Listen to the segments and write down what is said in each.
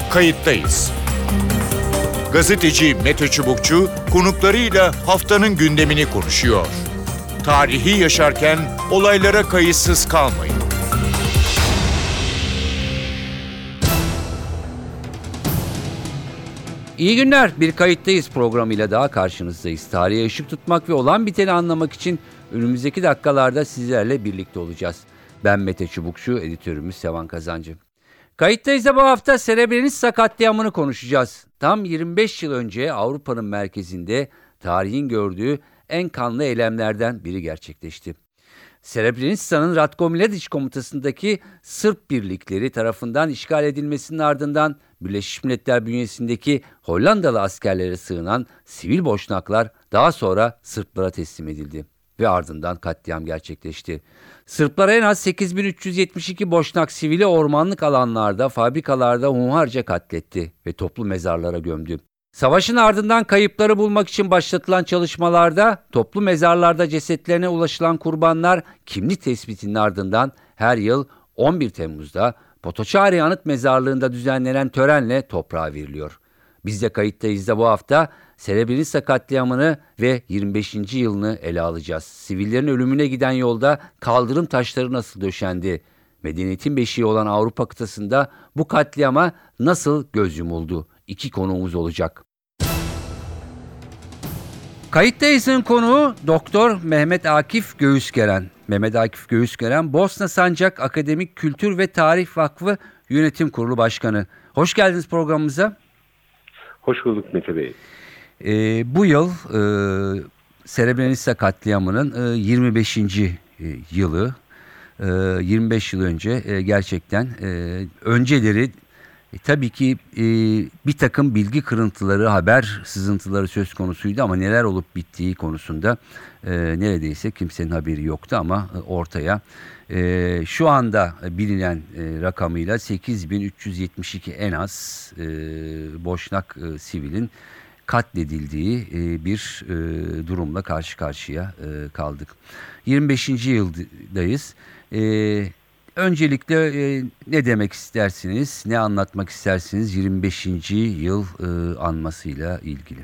Kayıttayız. Gazeteci Mete Çubukçu konuklarıyla haftanın gündemini konuşuyor. Tarihi yaşarken olaylara kayıtsız kalmayın. İyi günler. Bir Kayıttayız programıyla daha karşınızdayız. Tarihe ışık tutmak ve olan biteni anlamak için önümüzdeki dakikalarda sizlerle birlikte olacağız. Ben Mete Çubukçu, editörümüz Sevan Kazancı. Kayıttayız'da bu hafta Srebrenica katliamını konuşacağız. Tam 25 yıl önce Avrupa'nın merkezinde tarihin gördüğü en kanlı eylemlerden biri gerçekleşti. Srebrenica'nın Ratko Mladic komutasındaki Sırp birlikleri tarafından işgal edilmesinin ardından Birleşmiş Milletler bünyesindeki Hollandalı askerlere sığınan sivil boşnaklar daha sonra Sırplara teslim edildi ve ardından katliam gerçekleşti. Sırplar en az 8372 boşnak sivili ormanlık alanlarda, fabrikalarda hunharca katletti ve toplu mezarlara gömdü. Savaşın ardından kayıpları bulmak için başlatılan çalışmalarda toplu mezarlarda cesetlerine ulaşılan kurbanlar kimlik tespitinin ardından her yıl 11 Temmuz'da Potočari Anıt Mezarlığı'nda düzenlenen törenle toprağa veriliyor. Biz de Kayıttayız'da bu hafta Srebrenica katliamını ve 25. yılını ele alacağız. Sivillerin ölümüne giden yolda kaldırım taşları nasıl döşendi? Medeniyetin beşiği olan Avrupa kıtasında bu katliama nasıl göz yumuldu? İki konuğumuz olacak. Kayıttayız'ın konuğu Doktor Mehmet Akif Göğüsgeren. Mehmet Akif Göğüsgeren, Bosna Sancak Akademik Kültür ve Tarih Vakfı Yönetim Kurulu Başkanı. Hoş geldiniz programımıza. Hoş bulduk Mete Bey. Bu yıl Srebrenica katliamının 25. yılı. 25 yıl önce gerçekten önceleri tabii ki bir takım bilgi kırıntıları, haber sızıntıları söz konusuydu ama neler olup bittiği konusunda neredeyse kimsenin haberi yoktu ama ortaya şu anda bilinen rakamıyla 8372 en az boşnak sivilin katledildiği bir durumla karşı karşıya kaldık. 25. yıldayız. Öncelikle ne demek istersiniz, ne anlatmak istersiniz 25. yıl anmasıyla ilgili?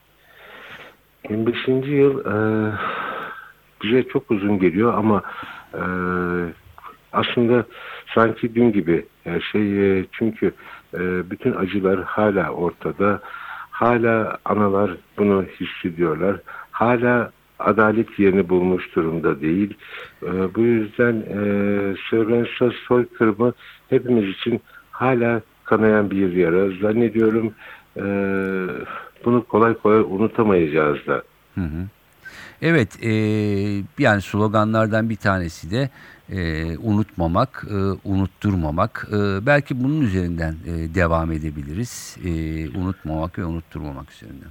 25. yıl bize çok uzun geliyor ama aslında sanki dün gibi her şey, çünkü bütün acılar hala ortada, hala analar bunu hissediyorlar, hala adalet yerini bulmuş durumda değil. Bu yüzden Srebrenica soykırımı hepimiz için hala kanayan bir yara. Zannediyorum bunu kolay kolay unutamayacağız da. Hı hı. Evet, yani sloganlardan bir tanesi de unutmamak, unutturmamak. Belki bunun üzerinden devam edebiliriz. Unutmamak ve unutturmamak üzerinden.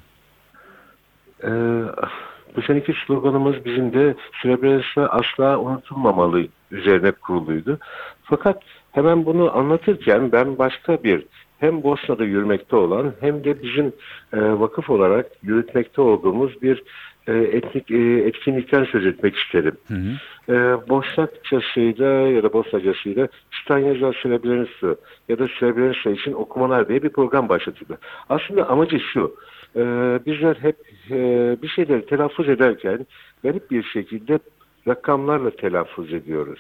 Bu seneki sloganımız bizim de Srebrenica asla unutulmamalı üzerine kuruluydu. Fakat hemen bunu anlatırken ben başka bir, hem Bosna'da yürümekte olan hem de bizim vakıf olarak yürütmekte olduğumuz bir etkinlikten söz etmek isterim. Hı hı. Boşnakçasıyla ya da Bosnacasıyla Stanja Srebrenica ya da Srebrenica için okumalar diye bir program başlatıldı. Aslında amacı şu: bizler hep bir şeyleri telaffuz ederken garip bir şekilde rakamlarla telaffuz ediyoruz.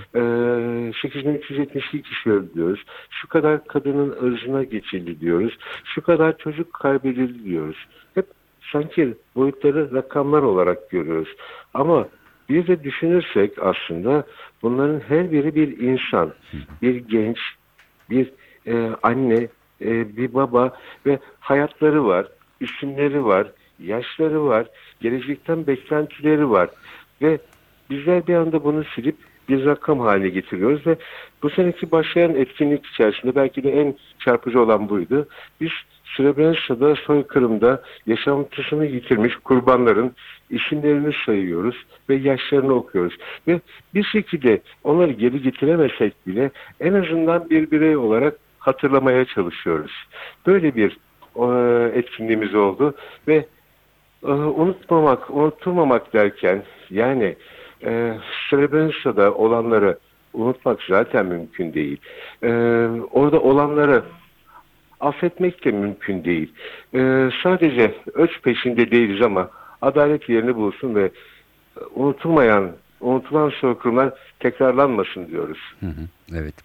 8372 kişi öldü diyoruz. Şu kadar kadının ırzına geçildi diyoruz. Şu kadar çocuk kaybedildi diyoruz. Hep sanki boyutları rakamlar olarak görüyoruz. Ama bir de düşünürsek aslında bunların her biri bir insan, bir genç, bir anne, bir baba ve hayatları var, isimleri var, yaşları var, gelecekten beklentileri var ve bizler bir anda bunu silip bir rakam haline getiriyoruz ve bu seneki başlayan etkinlik içerisinde belki de en çarpıcı olan buydu. Biz Srebrenica'da soykırımda yaşantısını yitirmiş kurbanların isimlerini sayıyoruz ve yaşlarını okuyoruz. Ve bir şekilde onları geri getiremesek bile en azından bir birey olarak hatırlamaya çalışıyoruz. Böyle bir etkinliğimiz oldu ve unutturmamak derken yani Srebrenica'da olanları unutmak zaten mümkün değil. Orada olanları affetmek de mümkün değil. Sadece ölç peşinde değiliz ama adalet yerini bulsun ve unutulan soykırımlar tekrarlanmasın diyoruz. Hı hı, evet.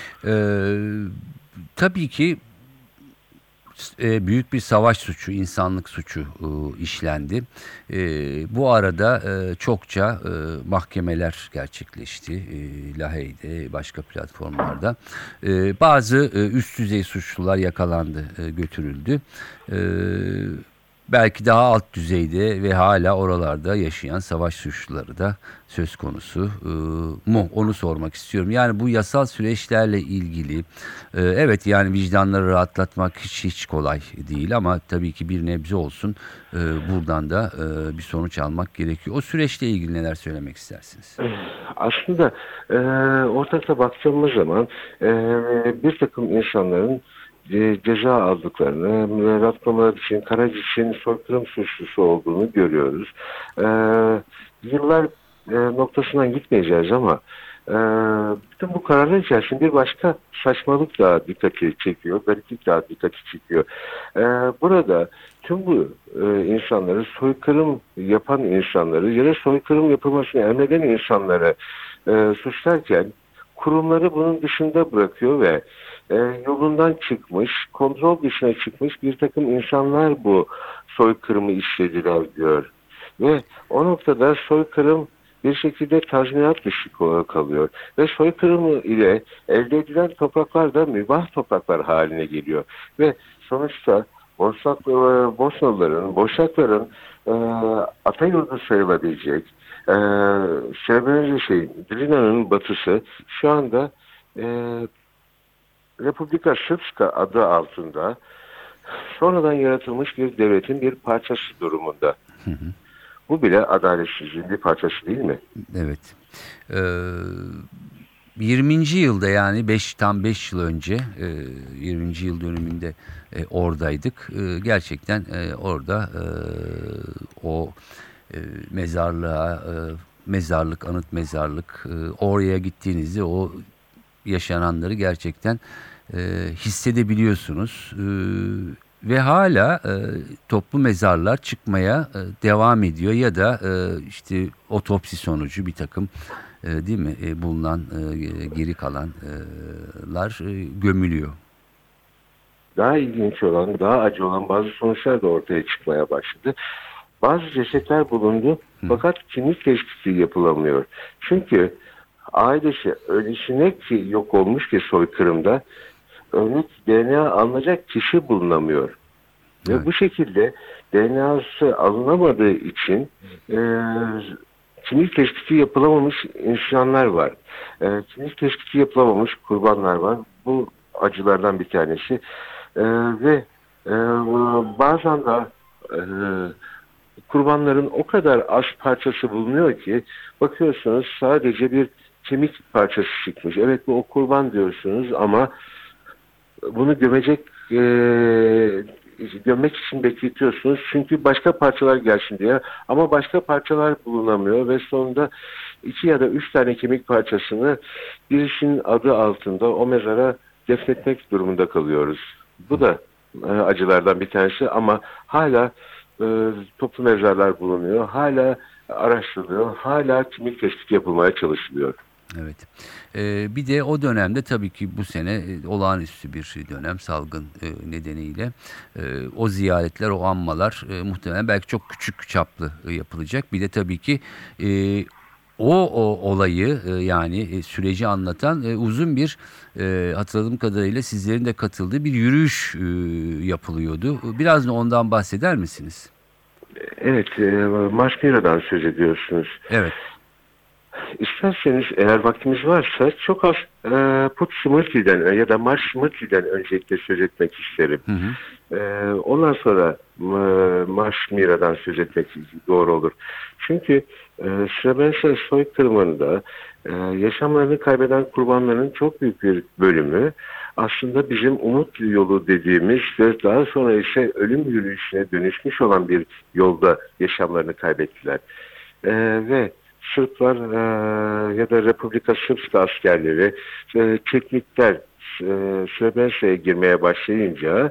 Tabii ki büyük bir savaş suçu, insanlık suçu işlendi. Bu arada çokça mahkemeler gerçekleşti. Lahey'de, başka platformlarda. Bazı üst düzey suçlular yakalandı, götürüldü. Belki daha alt düzeyde ve hala oralarda yaşayan savaş suçluları da söz konusu mu? Onu sormak istiyorum. Yani bu yasal süreçlerle ilgili evet, yani vicdanları rahatlatmak hiç kolay değil ama tabii ki bir nebze olsun buradan da bir sonuç almak gerekiyor. O süreçle ilgili neler söylemek istersiniz? Aslında ortakta baktığımız zaman bir takım insanların ceza aldıklarını, Murat Komurat için, Karaca için soykırım suçlusu olduğunu görüyoruz. Yıllar noktasından gitmeyeceğiz ama bütün bu kararlar içerisinde bir başka saçmalık daha dikkati çekiyor, gariplik daha dikkati çekiyor. Burada tüm bu insanları, soykırım yapan insanları ya da soykırım yapılmasını emreden insanları suçlarken kurumları bunun dışında bırakıyor ve yolundan çıkmış, kontrol dışına çıkmış bir takım insanlar bu soykırımı işlediler diyor. Ve o noktada soykırım bir şekilde tazminat dışı kalıyor. Ve soykırımı ile elde edilen topraklar da mübah topraklar haline geliyor. Ve sonuçta Bosnalıların, Boşnakların atayurdu sayılabilecek Drina'nın batısı şu anda Republika Srpska adı altında sonradan yaratılmış bir devletin bir parçası durumunda. Hı hı. Bu bile adaletsizliğin bir parçası değil mi? Evet. 20. yılda, yani tam 5 yıl önce 20. yıl dönümünde oradaydık. Gerçekten orada o anıt mezarlık, oraya gittiğinizde o yaşananları gerçekten hissedebiliyorsunuz. Ve hala toplu mezarlar çıkmaya devam ediyor ya da işte otopsi sonucu bir takım değil mi bulunan geri kalanlar gömülüyor. Daha ilginç olan, daha acı olan bazı sonuçlar da ortaya çıkmaya başladı. Bazı cesetler bulundu fakat kimlik tespiti yapılamıyor. Çünkü ailesi öylesine ki yok olmuş ki soykırımda örnek DNA alınacak kişi bulunamıyor. Evet. Ve bu şekilde DNA'sı alınamadığı için kimlik tespiti yapılamamış insanlar var. Kimlik tespiti yapılamamış kurbanlar var. Bu acılardan bir tanesi. Ve bazen de kurbanların o kadar az parçası bulunuyor ki bakıyorsunuz sadece bir kemik parçası çıkmış. Evet, bu o kurban diyorsunuz ama bunu gömmek için bekletiyorsunuz. Çünkü başka parçalar gelsin diye. Ama başka parçalar bulunamıyor ve sonunda 2 ya da 3 tane kemik parçasını birisinin adı altında o mezara defnetmek durumunda kalıyoruz. Bu da acılardan bir tanesi ama hala toplu mezarlar bulunuyor. Hala araştırılıyor. Hala kimlik tespiti yapılmaya çalışılıyor. Evet. Bir de o dönemde tabii ki bu sene olağanüstü bir salgın nedeniyle o ziyaretler, o anmalar muhtemelen belki çok küçük çaplı yapılacak. Bir de tabii ki o olayı yani süreci anlatan uzun bir hatırladığım kadarıyla sizlerin de katıldığı bir yürüyüş yapılıyordu. Biraz da ondan bahseder misiniz? Evet, Marş Mira'dan söz ediyorsunuz. Evet. İsterseniz eğer vaktimiz varsa çok az Put Smrti'den ya da Marş Smrti'den öncelikle söz etmek isterim. Hı hı. Ondan sonra Marş Mira'dan söz etmek doğru olur. Çünkü Srebrenica soykırımında yaşamlarını kaybeden kurbanların çok büyük bir bölümü aslında bizim umut yolu dediğimiz ve daha sonra ise ölüm yürüyüşüne dönüşmüş olan bir yolda yaşamlarını kaybettiler. Ve Sırplar ya da Republika Srpska askerleri, Çetnikler, Srebrenica'ya girmeye başlayınca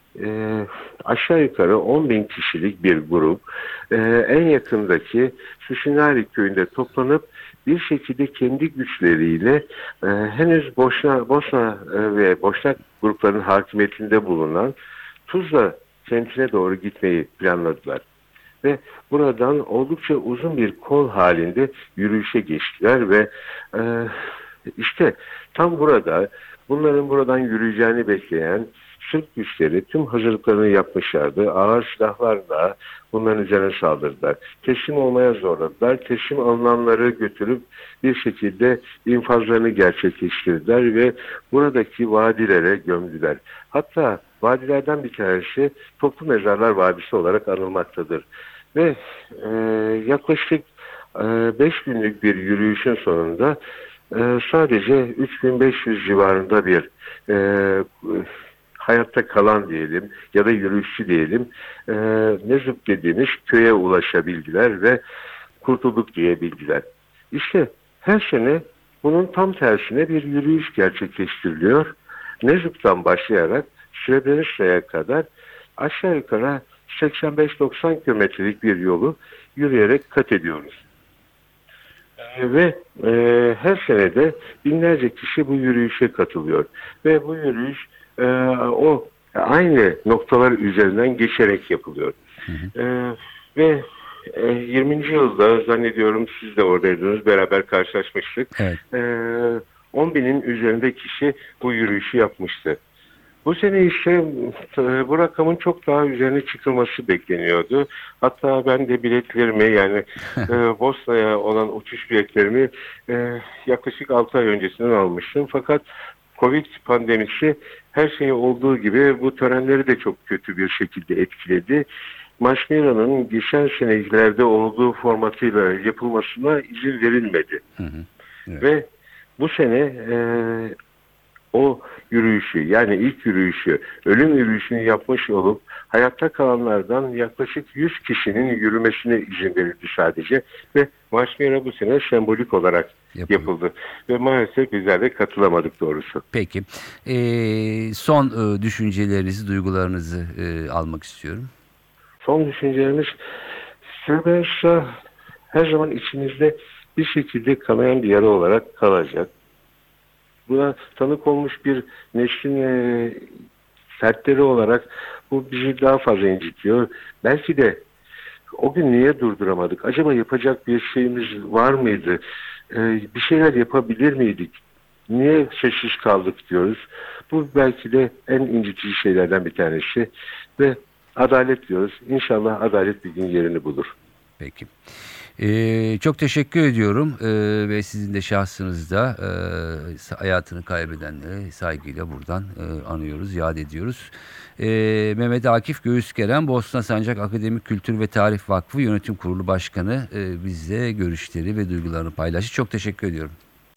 aşağı yukarı 10.000 kişilik bir grup en yakındaki Susinari köyünde toplanıp bir şekilde kendi güçleriyle henüz Bosna ve Boşnak gruplarının hakimiyetinde bulunan Tuzla kentine doğru gitmeyi planladılar. Ve buradan oldukça uzun bir kol halinde yürüyüşe geçtiler ve işte tam burada bunların buradan yürüyeceğini bekleyen Sırp güçleri tüm hazırlıklarını yapmışlardı. Ağır silahlarla bunların üzerine saldırdılar. Teslim olmaya zorladılar. Teslim alınanları götürüp bir şekilde infazlarını gerçekleştirdiler ve buradaki vadilere gömdüler. Hatta vadilerden bir tanesi Toplu Mezarlar Vadisi olarak anılmaktadır. Ve yaklaşık 5 günlük bir yürüyüşün sonunda sadece 3500 civarında bir hayatta kalan diyelim ya da yürüyüşçü diyelim Nezup dediğimiz köye ulaşabildiler ve kurtulduk diyebildiler. İşte her sene bunun tam tersine bir yürüyüş gerçekleştiriliyor. Nezup'tan başlayarak Srebrenica'ya kadar aşağı yukarı 85-90 kilometrelik bir yolu yürüyerek kat ediyoruz. Ve her senede binlerce kişi bu yürüyüşe katılıyor. Ve bu yürüyüş o aynı noktalar üzerinden geçerek yapılıyor. Ve 20. yılda zannediyorum siz de oradaydınız, beraber karşılaşmıştık. Evet. 10.000'in üzerinde kişi bu yürüyüşü yapmıştı. Bu sene ise bu rakamın çok daha üzerine çıkılması bekleniyordu. Hatta ben de biletlerimi yani Bosna'ya olan uçuş biletlerimi yaklaşık 6 ay öncesinden almıştım. Fakat Covid pandemisi her şey olduğu gibi bu törenleri de çok kötü bir şekilde etkiledi. Maşmira'nın geçen senelerde olduğu formatıyla yapılmasına izin verilmedi. Evet. Ve bu sene o yürüyüşü yani ilk yürüyüşü, ölüm yürüyüşünü yapmış olup hayatta kalanlardan yaklaşık 100 kişinin yürümesine izin verildi sadece ve Maşmira bu sene sembolik olarak yapıldı. Ve maalesef bizler de katılamadık doğrusu. Peki. Son düşüncelerinizi, duygularınızı almak istiyorum. Son düşüncelerimiz Srebrenica her zaman içimizde bir şekilde kanayan bir yara olarak kalacak. Buna tanık olmuş bir neslin fertleri olarak bu bizi daha fazla incitiyor. Belki de o gün niye durduramadık? Acaba yapacak bir şeyimiz var mıydı? Bir şeyler yapabilir miydik? Niye sessiz kaldık diyoruz. Bu belki de en incitici şeylerden bir tanesi. Ve adalet diyoruz. İnşallah adalet bir gün yerini bulur. Peki. Çok teşekkür ediyorum ve sizin de şahsınızda hayatını kaybedenlere saygıyla buradan anıyoruz, yad ediyoruz. Mehmet Akif Göğüskeren, Bosna Sancak Akademik Kültür ve Tarih Vakfı Yönetim Kurulu Başkanı bizle görüşleri ve duygularını paylaştı. Çok teşekkür ediyorum.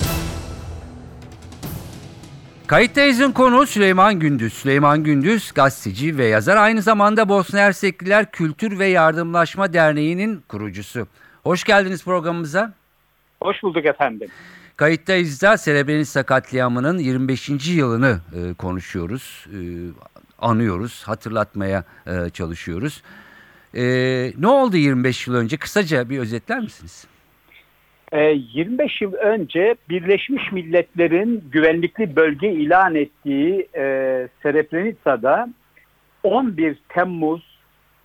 Kayıttayız'ın konuğu Süleyman Gündüz. Süleyman Gündüz gazeteci ve yazar, aynı zamanda Bosna Hersekliler Kültür ve Yardımlaşma Derneği'nin kurucusu. Hoş geldiniz programımıza. Hoş bulduk efendim. Kayıttayız'da Srebrenica katliamının 25. yılını konuşuyoruz, anıyoruz, hatırlatmaya çalışıyoruz. Ne oldu 25 yıl önce? Kısaca bir özetler misiniz? 25 yıl önce Birleşmiş Milletler'in güvenlikli bölge ilan ettiği Srebrenica'da 11 Temmuz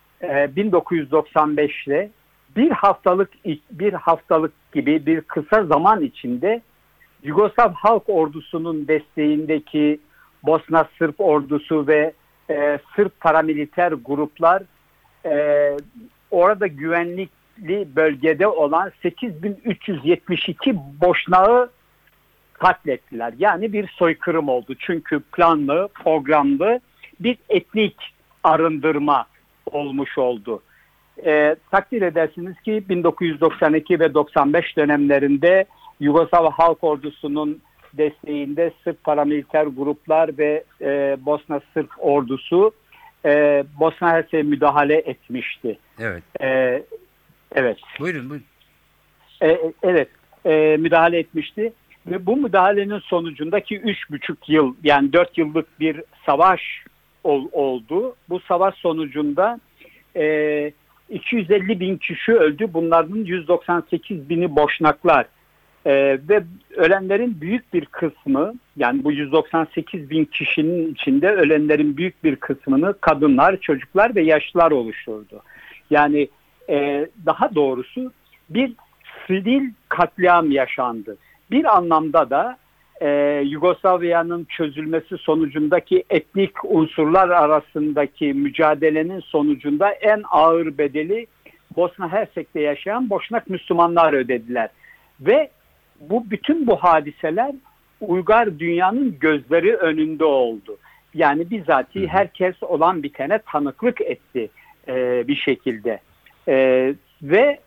1995'te bir haftalık gibi bir kısa zaman içinde Yugoslav Halk Ordusu'nun desteğindeki Bosna Sırp ordusu ve Sırp paramiliter gruplar orada güvenlikli bölgede olan 8372 Boşnağı katlettiler. Yani bir soykırım oldu. Çünkü planlı, programlı bir etnik arındırma olmuş oldu. Takdir edersiniz ki 1992 ve 95 dönemlerinde Yugoslav Halk Ordusu'nun desteğinde Sırp paramiliter gruplar ve Bosna Sırp ordusu Bosna Hersek'e müdahale etmişti. Evet. Evet. Buyurun. Evet. Müdahale etmişti Ve bu müdahalenin sonucundaki 3,5 yıl, yani 4 yıllık bir savaş oldu. Bu savaş sonucunda 250 bin kişi öldü. Bunların 198 bini Boşnaklar. Ve ölenlerin büyük bir kısmı, yani bu 198 bin kişinin içinde ölenlerin büyük bir kısmını kadınlar, çocuklar ve yaşlılar oluşturdu. Yani daha doğrusu bir sivil katliam yaşandı. Bir anlamda da Yugoslavya'nın çözülmesi sonucundaki etnik unsurlar arasındaki mücadelenin sonucunda en ağır bedeli Bosna Hersek'te yaşayan Boşnak Müslümanlar ödediler. Ve bütün bu hadiseler uygar dünyanın gözleri önünde oldu. Yani bizatihi herkes olan bitene tanıklık etti bir şekilde. Ve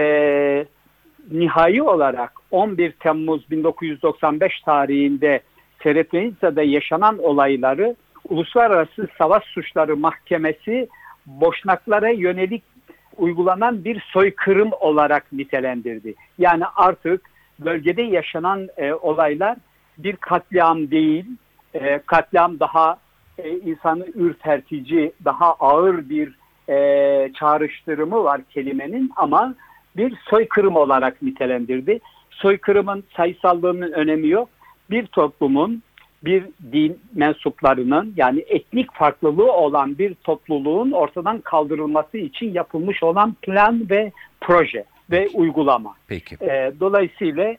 nihai olarak 11 Temmuz 1995 tarihinde Srebrenica'da yaşanan olayları Uluslararası Savaş Suçları Mahkemesi Boşnaklara yönelik uygulanan bir soykırım olarak nitelendirdi. Yani artık bölgede yaşanan olaylar bir katliam değil, katliam daha insanı ürpertici, daha ağır bir çağrıştırımı var kelimenin, ama bir soykırım olarak nitelendirdi. Soykırımın sayısallığının önemi yok. Bir toplumun, bir din mensuplarının, yani etnik farklılığı olan bir topluluğun ortadan kaldırılması için yapılmış olan plan ve proje ve uygulama. Peki. Dolayısıyla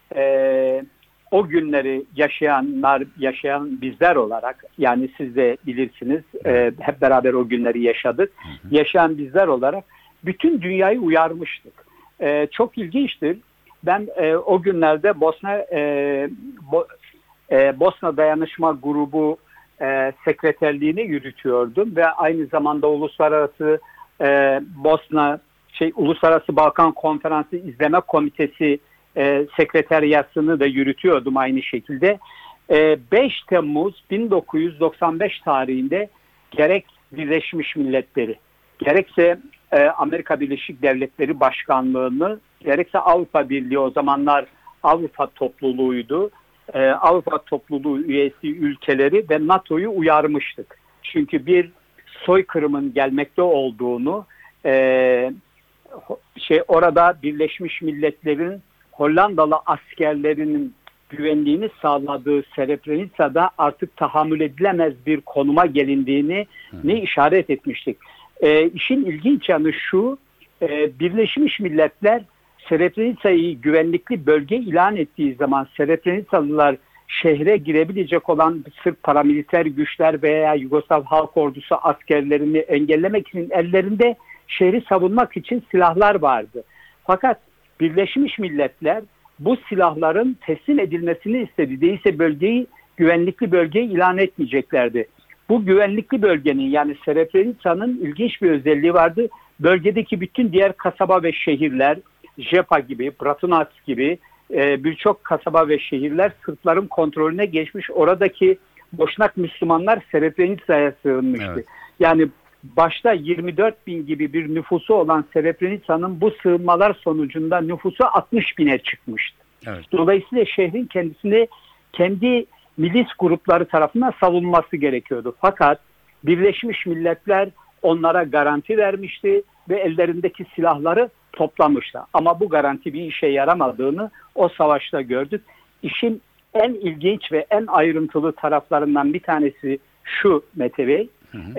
o günleri yaşayan bizler olarak, yani siz de bilirsiniz, hep beraber o günleri yaşadık. Yaşayan bizler olarak bütün dünyayı uyarmıştık. Çok ilginçtir. Ben o günlerde Bosna Dayanışma Grubu sekreterliğini yürütüyordum ve aynı zamanda Uluslararası Balkan Konferansı İzleme Komitesi sekreteriyasını da yürütüyordum aynı şekilde. 5 Temmuz 1995 tarihinde gerek Birleşmiş Milletleri, gerekse Amerika Birleşik Devletleri Başkanlığı'nı, gerekse Avrupa Birliği, o zamanlar Avrupa Topluluğu'ydu, Avrupa Topluluğu üyesi ülkeleri ve NATO'yu uyarmıştık. Çünkü bir soykırımın gelmekte olduğunu, orada Birleşmiş Milletler'in Hollandalı askerlerinin güvenliğini sağladığı Srebrenica'da artık tahammül edilemez bir konuma gelindiğini işaret etmiştik. İşin ilginç yanı şu, Birleşmiş Milletler Srebrenica'yı güvenlikli bölge ilan ettiği zaman Srebrenicalılar şehre girebilecek olan Sırp paramiliter güçler veya Yugoslav Halk Ordusu askerlerini engellemek için ellerinde şehri savunmak için silahlar vardı. Fakat Birleşmiş Milletler bu silahların teslim edilmesini istedi. Değilse bölgeyi güvenlikli bölge ilan etmeyeceklerdi. Bu güvenlikli bölgenin, yani Srebrenica'nın ilginç bir özelliği vardı. Bölgedeki bütün diğer kasaba ve şehirler, Žepa gibi, Bratunac gibi birçok kasaba ve şehirler Sırpların kontrolüne geçmiş. Oradaki Boşnak Müslümanlar Srebrenica'ya sığınmıştı. Evet. Yani başta 24 bin gibi bir nüfusu olan Srebrenica'nın bu sığınmalar sonucunda nüfusu 60 bine çıkmıştı. Evet. Dolayısıyla şehrin kendisini kendi milis grupları tarafından savunması gerekiyordu. Fakat Birleşmiş Milletler onlara garanti vermişti ve ellerindeki silahları toplamıştı. Ama bu garanti bir işe yaramadığını o savaşta gördük. İşin en ilginç ve en ayrıntılı taraflarından bir tanesi şu Mete Bey.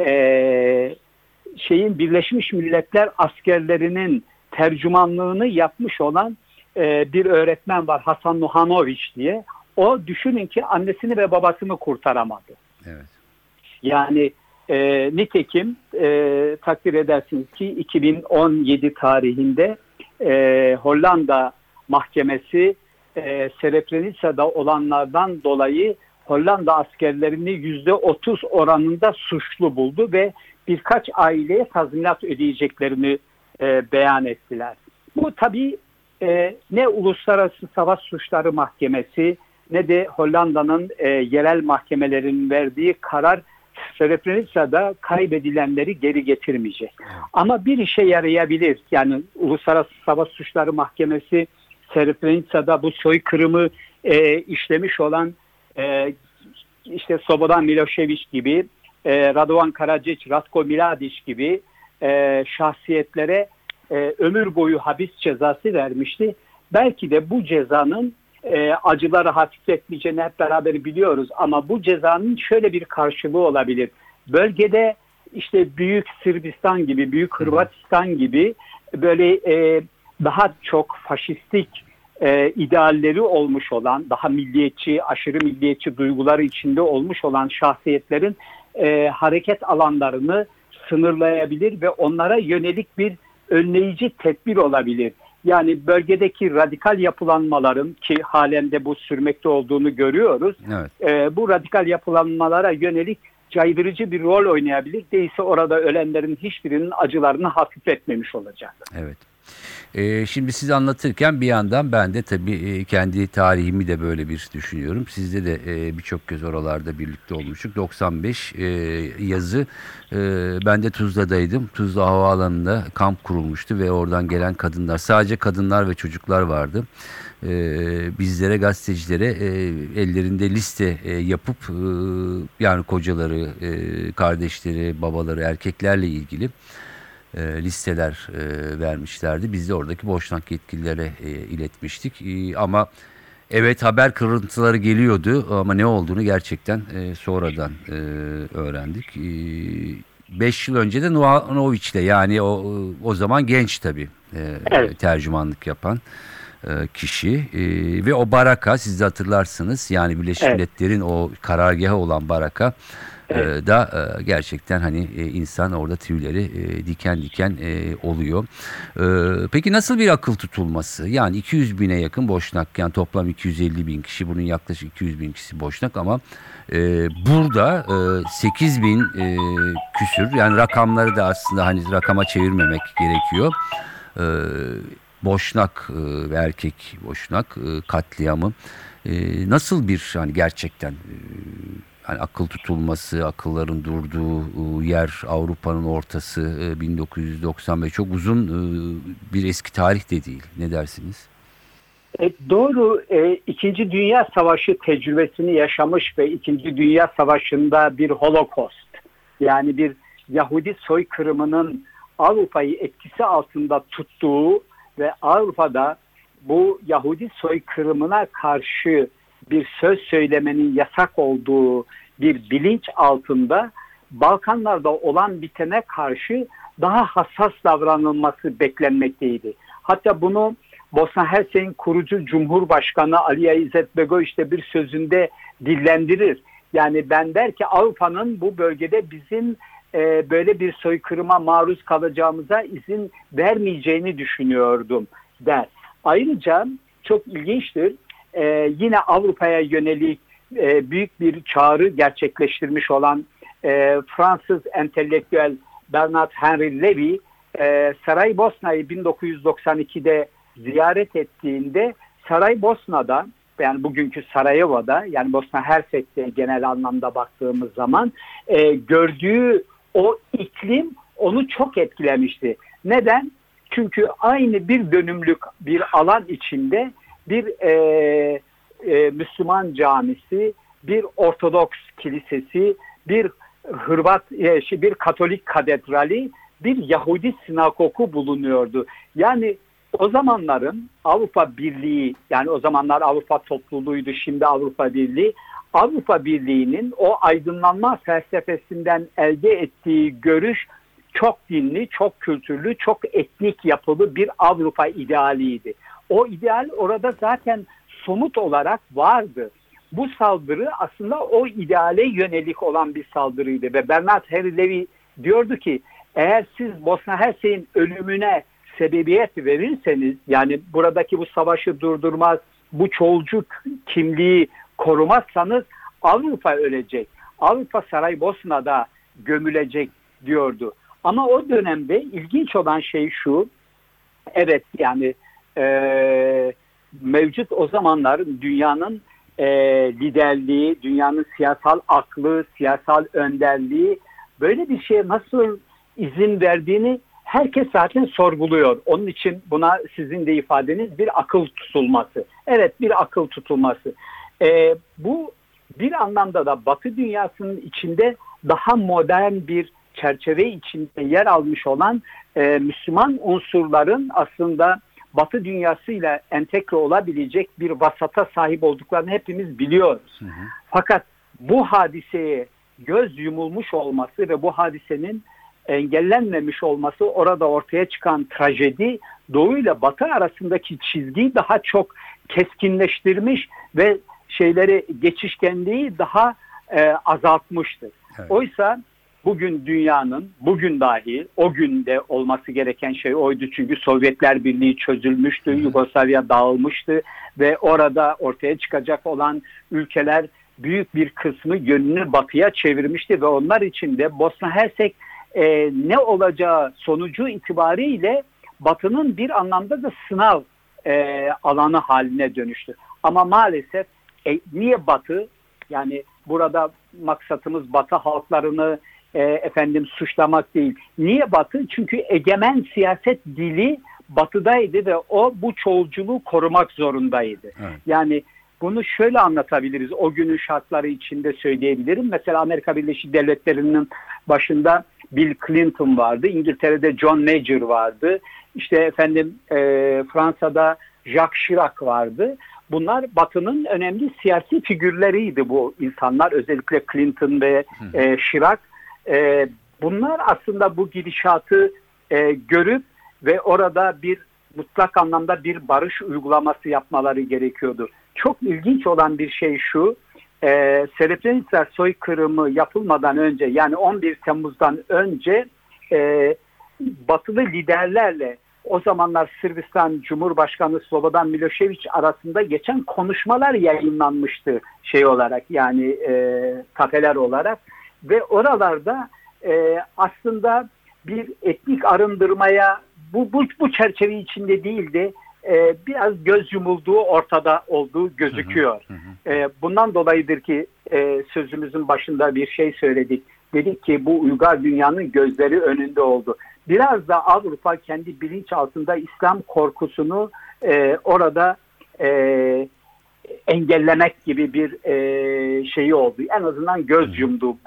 Birleşmiş Milletler askerlerinin tercümanlığını yapmış olan bir öğretmen var, Hasan Nuhanović diye. O, düşünün ki, annesini ve babasını kurtaramadı. Evet. Yani nitekim takdir edersiniz ki 2017 tarihinde Hollanda mahkemesi Srebrenica'da olanlardan dolayı Hollanda askerlerini %30 oranında suçlu buldu ve birkaç aileye tazminat ödeyeceklerini beyan ettiler. Bu tabii ne Uluslararası Savaş Suçları Mahkemesi ne de Hollanda'nın yerel mahkemelerinin verdiği karar Srebrenica'da kaybedilenleri geri getirmeyecek. Ama bir işe yarayabilir. Yani Uluslararası Savaş Suçları Mahkemesi Srebrenica'da bu soykırımı işlemiş olan işte Slobodan Milošević gibi, Radovan Karadzic, Ratko Mladić gibi şahsiyetlere ömür boyu hapis cezası vermişti. Belki de bu cezanın acıları hafifletmeyeceğini hep beraber biliyoruz ama bu cezanın şöyle bir karşılığı olabilir. Bölgede işte Büyük Sırbistan gibi, Büyük Hırvatistan gibi böyle daha çok faşistik idealleri olmuş olan, daha milliyetçi, aşırı milliyetçi duyguları içinde olmuş olan şahsiyetlerin hareket alanlarını sınırlayabilir ve onlara yönelik bir önleyici tedbir olabilir. Yani bölgedeki radikal yapılanmaların, ki halen de bu sürmekte olduğunu görüyoruz. Evet. Bu radikal yapılanmalara yönelik caydırıcı bir rol oynayabilir. Değilse orada ölenlerin hiçbirinin acılarını hafifletmemiş olacak. Evet. Şimdi siz anlatırken bir yandan ben de tabii kendi tarihimi de böyle bir düşünüyorum. Sizde de birçok kez oralarda birlikte olmuştuk. 95 yazı ben de Tuzla'daydım. Tuzla Havaalanı'nda kamp kurulmuştu ve oradan gelen kadınlar, sadece kadınlar ve çocuklar vardı. Bizlere, gazetecilere ellerinde liste yapıp yani kocaları, kardeşleri, babaları, erkeklerle ilgili listeler vermişlerdi. Biz de oradaki Boşnak yetkililere iletmiştik. Ama evet, haber kırıntıları geliyordu ama ne olduğunu gerçekten sonradan öğrendik. 5 yıl önce de Noviç'le, yani o zaman genç tabii evet, tercümanlık yapan kişi ve o baraka, siz de hatırlarsınız, yani Birleşmiş evet, Milletler'in o karargahı olan baraka evet, da gerçekten hani insan orada tüyleri diken diken oluyor. Peki nasıl bir akıl tutulması? Yani 200 bine yakın Boşnak, yani toplam 250 bin kişi, bunun yaklaşık 200 bin kişisi Boşnak ama burada 8 bin küsür, yani rakamları da aslında hani rakama çevirmemek gerekiyor. Boşnak ve erkek Boşnak katliamı nasıl bir, hani gerçekten yani akıl tutulması, akılların durduğu yer Avrupa'nın ortası 1995, çok uzun bir eski tarih de değil. Ne dersiniz? Doğru. İkinci Dünya Savaşı tecrübesini yaşamış ve İkinci Dünya Savaşı'nda bir Holocaust, yani bir Yahudi soykırımının Avrupa'yı etkisi altında tuttuğu ve Avrupa'da bu Yahudi soykırımına karşı bir söz söylemenin yasak olduğu bir bilinç altında Balkanlarda olan bitene karşı daha hassas davranılması beklenmekteydi. Hatta bunu Bosna Hersek'in kurucu Cumhurbaşkanı Alija Izetbegović de bir sözünde dillendirir. Yani ben der ki Avrupa'nın bu bölgede bizim böyle bir soykırıma maruz kalacağımıza izin vermeyeceğini düşünüyordum der. Ayrıca çok ilginçtir. Yine Avrupa'ya yönelik büyük bir çağrı gerçekleştirmiş olan Fransız entelektüel Bernard Henry Levy, Saraybosna'yı 1992'de ziyaret ettiğinde Saraybosna'da, yani bugünkü Sarajevo'da, yani Bosna Hersek'te genel anlamda baktığımız zaman gördüğü o iklim onu çok etkilemişti. Neden? Çünkü aynı bir dönümlük bir alan içinde bir Müslüman camisi, bir Ortodoks kilisesi, bir bir Katolik katedrali, bir Yahudi sinagogu bulunuyordu. Yani o zamanların Avrupa Birliği, yani o zamanlar Avrupa topluluğuydu, şimdi Avrupa Birliği, Avrupa Birliği'nin o aydınlanma felsefesinden elde ettiği görüş çok dinli, çok kültürlü, çok etnik yapılı bir Avrupa idealiydi. O ideal orada zaten somut olarak vardı. Bu saldırı aslında o ideale yönelik olan bir saldırıydı ve Bernard Henry Levy diyordu ki eğer siz Bosna Hersek'in ölümüne sebebiyet verirseniz, yani buradaki bu savaşı durdurmaz, bu çoğulcu kimliği korumazsanız Avrupa ölecek. Avrupa Saraybosna'da gömülecek diyordu. Ama o dönemde ilginç olan şey şu, evet yani mevcut o zamanlar dünyanın liderliği, dünyanın siyasal aklı, siyasal önderliği böyle bir şeye nasıl izin verdiğini herkes zaten sorguluyor. Onun için buna sizin de ifadeniz bir akıl tutulması. Evet, bir akıl tutulması. Bu bir anlamda da Batı dünyasının içinde daha modern bir çerçeve içinde yer almış olan Müslüman unsurların aslında Batı dünyasıyla entegre olabilecek bir vasata sahip olduklarını hepimiz biliyoruz. Fakat bu hadiseye göz yumulmuş olması ve bu hadisenin engellenmemiş olması, orada ortaya çıkan trajedi Doğu ile Batı arasındaki çizgiyi daha çok keskinleştirmiş ve geçişkenliği daha azaltmıştır. Evet. Oysa bugün dünyanın, bugün dahi o günde olması gereken şey oydu. Çünkü Sovyetler Birliği çözülmüştü, Yugoslavya dağılmıştı ve orada ortaya çıkacak olan ülkeler büyük bir kısmı yönünü batıya çevirmişti ve onlar için de Bosna Hersek ne olacağı sonucu itibariyle Batı'nın bir anlamda da sınav alanı haline dönüştü. Ama maalesef niye Batı? Yani burada maksatımız Batı halklarını suçlamak değil. Niye Batı? Çünkü egemen siyaset dili Batı'daydı ve o bu çoğulculuğu korumak zorundaydı. Evet. Yani bunu şöyle anlatabiliriz. O günün şartları içinde söyleyebilirim. Mesela Amerika Birleşik Devletleri'nin başında Bill Clinton vardı. İngiltere'de John Major vardı. Fransa'da Jacques Chirac vardı. Bunlar Batı'nın önemli siyasi figürleriydi bu insanlar. Özellikle Clinton ve Chirac. Bunlar aslında bu gidişatı görüp ve orada bir mutlak anlamda bir barış uygulaması yapmaları gerekiyordu. Çok ilginç olan bir şey şu, Srebrenica soykırımı yapılmadan önce, yani 11 Temmuz'dan önce Batılı liderlerle o zamanlar Sırbistan Cumhurbaşkanı Slobodan Milošević arasında geçen konuşmalar yayınlanmıştı kafeler olarak ve oralarda aslında bir etnik arındırmaya bu çerçeve içinde değil de biraz göz yumulduğu ortada olduğu gözüküyor. Bundan dolayıdır ki sözümüzün başında bir şey söyledik. Dedik ki bu uygar dünyanın gözleri önünde oldu. Biraz da Avrupa kendi bilinçaltında İslam korkusunu orada engellemek gibi bir şeyi oldu. En azından göz yumdu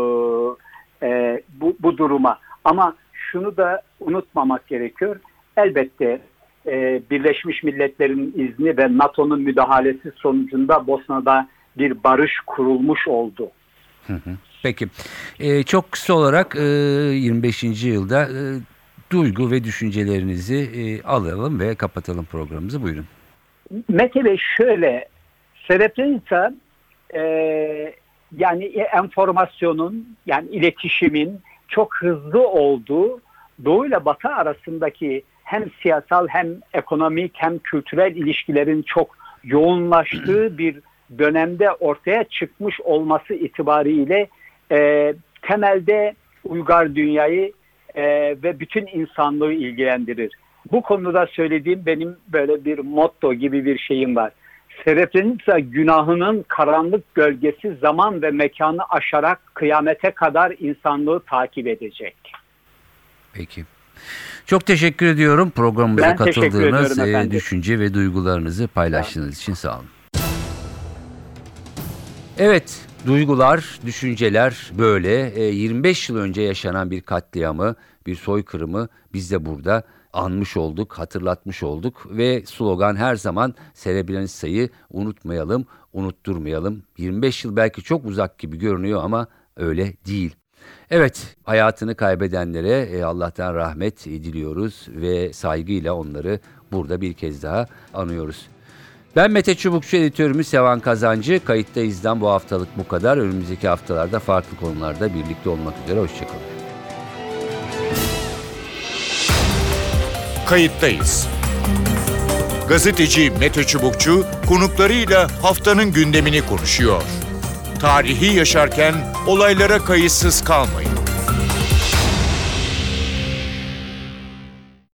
bu duruma. Ama şunu da unutmamak gerekiyor. Elbette Birleşmiş Milletler'in izni ve NATO'nun müdahalesi sonucunda Bosna'da bir barış kurulmuş oldu. Peki. Çok kısa olarak 25. yılda duygu ve düşüncelerinizi alalım ve kapatalım programımızı. Buyurun. Mete Bey, şöyle, Srebrenica yani enformasyonun, yani iletişimin çok hızlı olduğu, Doğu ile Batı arasındaki hem siyasal hem ekonomik hem kültürel ilişkilerin çok yoğunlaştığı bir dönemde ortaya çıkmış olması itibariyle temelde uygar dünyayı ve bütün insanlığı ilgilendirir. Bu konuda söylediğim benim böyle bir motto gibi bir şeyim var. Srebrenica günahının karanlık gölgesi zaman ve mekanı aşarak kıyamete kadar insanlığı takip edecek. Peki. Çok teşekkür ediyorum programımıza katıldığınız, düşünce ve duygularınızı paylaştığınız için sağ olun. Evet, duygular, düşünceler böyle. 25 yıl önce yaşanan bir katliamı, bir soykırımı biz de burada anmış olduk, hatırlatmış olduk ve slogan her zaman Srebrenica'yı unutmayalım, unutturmayalım. 25 yıl belki çok uzak gibi görünüyor ama öyle değil. Evet, hayatını kaybedenlere Allah'tan rahmet diliyoruz ve saygıyla onları burada bir kez daha anıyoruz. Ben Mete Çubukçu, editörümüz Sevan Kazancı. Kayıttayız'dan bu haftalık bu kadar. Önümüzdeki haftalarda farklı konularda birlikte olmak üzere. Hoşçakalın. Kayıttayız. Gazeteci Mete Çubukçu konuklarıyla haftanın gündemini konuşuyor. Tarihi yaşarken olaylara kayıtsız kalmayın.